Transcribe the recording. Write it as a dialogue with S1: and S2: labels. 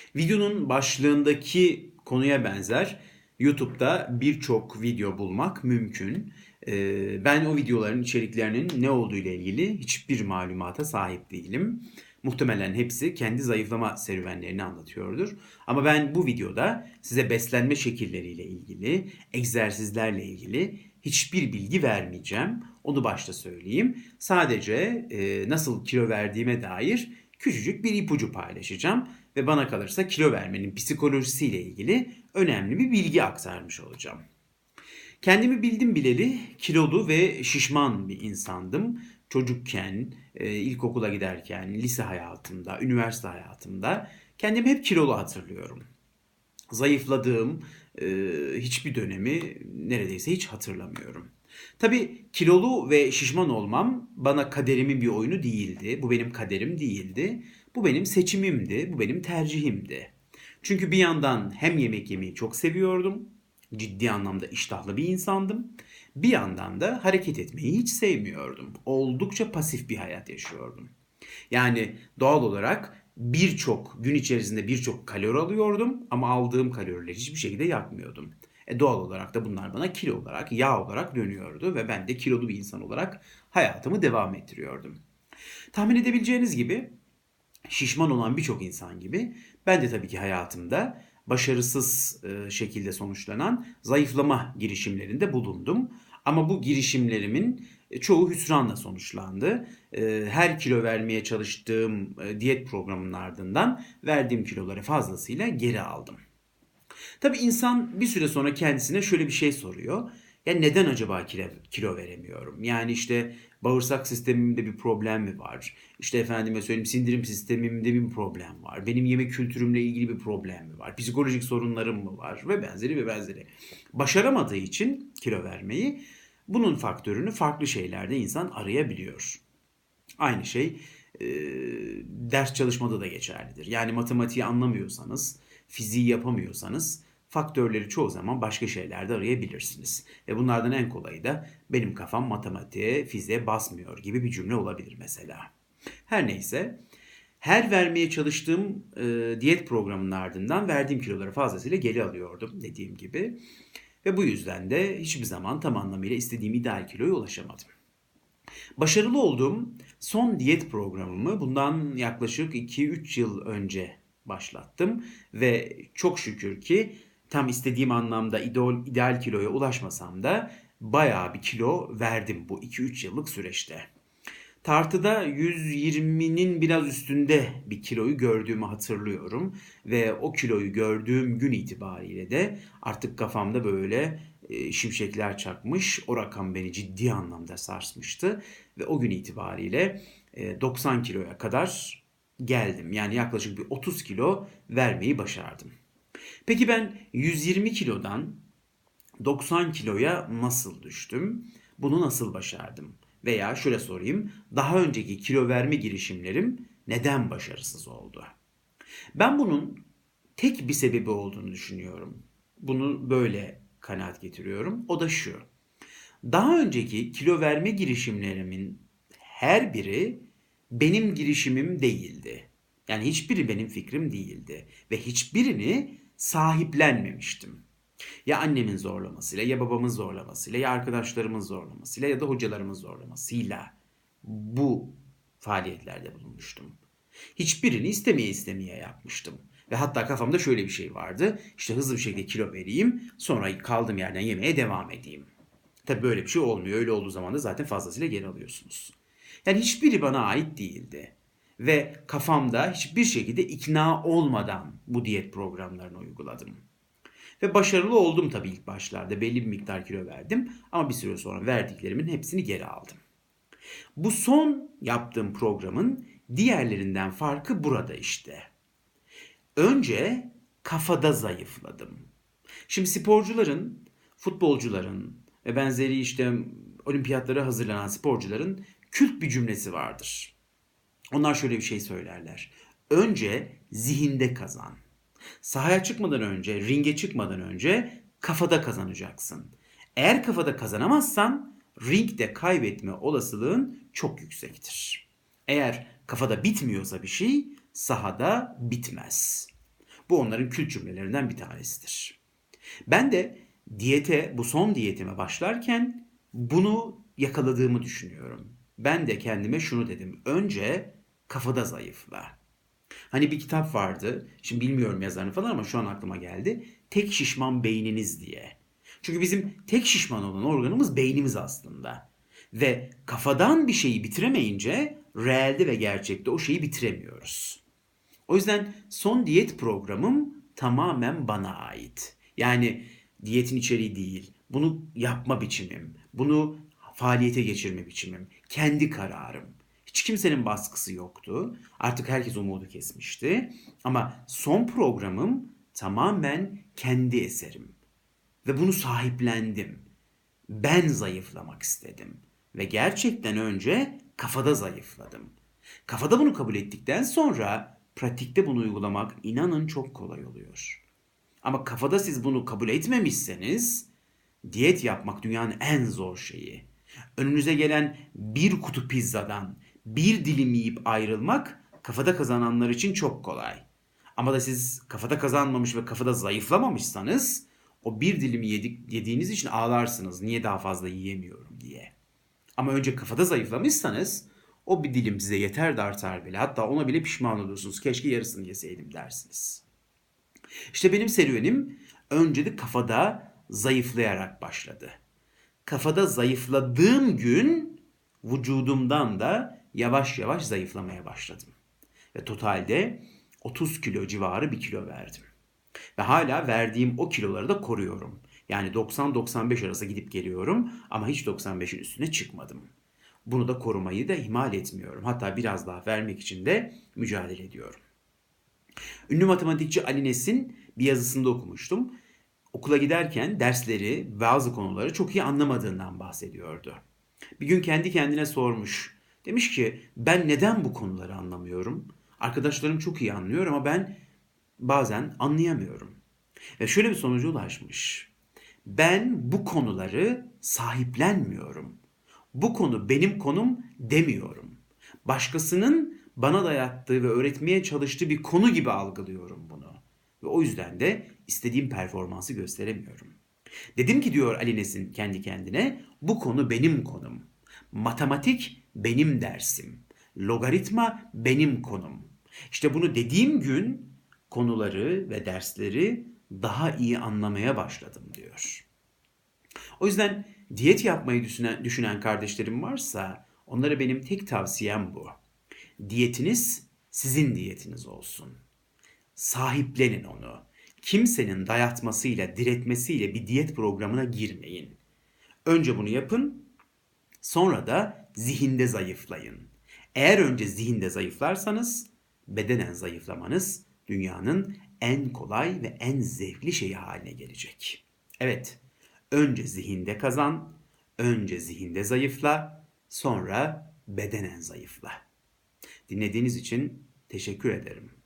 S1: Videonun başlığındaki konuya benzer YouTube'da birçok video bulmak mümkün. Ben o videoların içeriklerinin ne olduğu ile ilgili hiçbir malumata sahip değilim. Muhtemelen hepsi kendi zayıflama serüvenlerini anlatıyordur. Ama ben bu videoda size beslenme şekilleriyle ilgili, egzersizlerle ilgili hiçbir bilgi vermeyeceğim. Onu başta söyleyeyim. Sadece nasıl kilo verdiğime dair küçücük bir ipucu paylaşacağım ve bana kalırsa kilo vermenin psikolojisiyle ilgili önemli bir bilgi aktarmış olacağım. Kendimi bildim bileli kilolu ve şişman bir insandım. Çocukken, ilkokula giderken, lise hayatımda, üniversite hayatımda kendimi hep kilolu hatırlıyorum. Zayıfladığım hiçbir dönemi neredeyse hiç hatırlamıyorum. Tabii kilolu ve şişman olmam bana kaderimin bir oyunu değildi. Bu benim kaderim değildi. Bu benim seçimimdi. Bu benim tercihimdi. Çünkü bir yandan hem yemek yemeyi çok seviyordum. Ciddi anlamda iştahlı bir insandım. Bir yandan da hareket etmeyi hiç sevmiyordum. Oldukça pasif bir hayat yaşıyordum. Yani doğal olarak birçok gün içerisinde birçok kalori alıyordum ama aldığım kalorileri hiçbir şekilde yakmıyordum. Doğal olarak da bunlar bana kilo olarak, yağ olarak dönüyordu ve ben de kilolu bir insan olarak hayatımı devam ettiriyordum. Tahmin edebileceğiniz gibi şişman olan birçok insan gibi ben de tabii ki hayatımda başarısız şekilde sonuçlanan zayıflama girişimlerinde bulundum. Ama bu girişimlerimin çoğu hüsranla sonuçlandı. Her kilo vermeye çalıştığım diyet programının ardından verdiğim kiloları fazlasıyla geri aldım. Tabii insan bir süre sonra kendisine şöyle bir şey soruyor. Ya neden acaba kilo veremiyorum? Yani işte bağırsak sistemimde bir problem mi var? İşte efendime söyleyeyim sindirim sistemimde bir problem var. Benim yemek kültürümle ilgili bir problem mi var? Psikolojik sorunlarım mı var? Ve benzeri ve benzeri. Başaramadığı için kilo vermeyi bunun faktörünü farklı şeylerde insan arayabiliyor. Aynı şey e, ders çalışmada da geçerlidir. Yani matematiği anlamıyorsanız, fiziği yapamıyorsanız faktörleri çoğu zaman başka şeylerde arayabilirsiniz. Ve bunlardan en kolayı da benim kafam matematiğe, fiziğe basmıyor gibi bir cümle olabilir mesela. Her neyse, her vermeye çalıştığım diyet programının ardından verdiğim kiloları fazlasıyla geri alıyordum dediğim gibi. Ve bu yüzden de hiçbir zaman tam anlamıyla istediğim ideal kiloya ulaşamadım. Başarılı olduğum son diyet programımı bundan yaklaşık 2-3 yıl önce başlattım ve çok şükür ki tam istediğim anlamda ideal kiloya ulaşmasam da bayağı bir kilo verdim bu 2-3 yıllık süreçte. Tartıda 120'nin biraz üstünde bir kiloyu gördüğümü hatırlıyorum ve o kiloyu gördüğüm gün itibariyle de artık kafamda böyle şimşekler çakmış. O rakam beni ciddi anlamda sarsmıştı ve o gün itibariyle 90 kiloya kadar geldim. Yani yaklaşık bir 30 kilo vermeyi başardım. Peki ben 120 kilodan 90 kiloya nasıl düştüm? Bunu nasıl başardım? Veya şöyle sorayım, daha önceki kilo verme girişimlerim neden başarısız oldu? Ben bunun tek bir sebebi olduğunu düşünüyorum. Bunu böyle kanaat getiriyorum. O da şu. Daha önceki kilo verme girişimlerimin her biri benim girişimim değildi. Yani hiçbiri benim fikrim değildi ve hiçbirini sahiplenmemiştim. Ya annemin zorlamasıyla, ya babamın zorlamasıyla, ya arkadaşlarımın zorlamasıyla ya da hocalarımın zorlamasıyla bu faaliyetlerde bulunmuştum. Hiçbirini istemeye istemeye yapmıştım. Ve hatta kafamda şöyle bir şey vardı. İşte hızlı bir şekilde kilo vereyim, sonra kaldığım yerden yemeye devam edeyim. Tabii böyle bir şey olmuyor. Öyle olduğu zaman da zaten fazlasıyla geri alıyorsunuz. Yani hiçbiri bana ait değildi. Ve kafamda hiçbir şekilde ikna olmadan bu diyet programlarını uyguladım. Ve başarılı oldum tabii ilk başlarda. Belli bir miktar kilo verdim ama bir süre sonra verdiklerimin hepsini geri aldım. Bu son yaptığım programın diğerlerinden farkı burada işte. Önce kafada zayıfladım. Şimdi sporcuların, futbolcuların ve benzeri işte olimpiyatlara hazırlanan sporcuların kült bir cümlesi vardır. Onlar şöyle bir şey söylerler. Önce zihinde kazan. Sahaya çıkmadan önce, ringe çıkmadan önce kafada kazanacaksın. Eğer kafada kazanamazsan ringde kaybetme olasılığın çok yüksektir. Eğer kafada bitmiyorsa bir şey sahada bitmez. Bu onların kült cümlelerinden bir tanesidir. Ben de bu son diyetime başlarken bunu yakaladığımı düşünüyorum. Ben de kendime şunu dedim. Önce kafada zayıfla. Hani bir kitap vardı. Şimdi bilmiyorum yazarını falan ama şu an aklıma geldi. Tek şişman beyniniz diye. Çünkü bizim tek şişman olan organımız beynimiz aslında. Ve kafadan bir şeyi bitiremeyince reelde ve gerçekte o şeyi bitiremiyoruz. O yüzden son diyet programım tamamen bana ait. Yani diyetin içeriği değil, bunu yapma biçimim, bunu faaliyete geçirme biçimim, kendi kararım. Hiç kimsenin baskısı yoktu. Artık herkes umudu kesmişti. Ama son programım tamamen kendi eserim. Ve bunu sahiplendim. Ben zayıflamak istedim. Ve gerçekten önce kafada zayıfladım. Kafada bunu kabul ettikten sonra pratikte bunu uygulamak inanın çok kolay oluyor. Ama kafada siz bunu kabul etmemişseniz diyet yapmak dünyanın en zor şeyi. Önünüze gelen bir kutu pizzadan bir dilim yiyip ayrılmak kafada kazananlar için çok kolay. Ama da siz kafada kazanmamış ve kafada zayıflamamışsanız o bir dilimi yediğiniz için ağlarsınız. Niye daha fazla yiyemiyorum diye. Ama önce kafada zayıflamışsanız o bir dilim size yeter de artar bile. Hatta ona bile pişman olursunuz. Keşke yarısını yeseydim dersiniz. İşte benim serüvenim önce de kafada zayıflayarak başladı. Kafada zayıfladığım gün vücudumdan da yavaş yavaş zayıflamaya başladım. Ve totalde 30 kilo civarı bir kilo verdim. Ve hala verdiğim o kiloları da koruyorum. Yani 90-95 arası gidip geliyorum ama hiç 95'in üstüne çıkmadım. Bunu da korumayı da ihmal etmiyorum. Hatta biraz daha vermek için de mücadele ediyorum. Ünlü matematikçi Ali Nesin bir yazısında okumuştum. Okula giderken dersleri, bazı konuları çok iyi anlamadığından bahsediyordu. Bir gün kendi kendine sormuş. Demiş ki ben neden bu konuları anlamıyorum? Arkadaşlarım çok iyi anlıyor ama ben bazen anlayamıyorum. Ve şöyle bir sonuca ulaşmış. Ben bu konuları sahiplenmiyorum. Bu konu benim konum demiyorum. Başkasının bana dayattığı ve öğretmeye çalıştığı bir konu gibi algılıyorum bunu. Ve o yüzden de istediğim performansı gösteremiyorum. Dedim ki diyor Ali Nesin kendi kendine, bu konu benim konum. Matematik benim dersim. Logaritma benim konum. İşte bunu dediğim gün konuları ve dersleri daha iyi anlamaya başladım diyor. O yüzden diyet yapmayı düşünen kardeşlerim varsa onlara benim tek tavsiyem bu. Diyetiniz sizin diyetiniz olsun. Sahiplenin onu. Kimsenin dayatmasıyla, diretmesiyle bir diyet programına girmeyin. Önce bunu yapın, sonra da zihinde zayıflayın. Eğer önce zihinde zayıflarsanız bedenen zayıflamanız dünyanın en kolay ve en zevkli şeyi haline gelecek. Evet, önce zihinde kazan, önce zihinde zayıfla, sonra bedenen zayıfla. Dinlediğiniz için teşekkür ederim.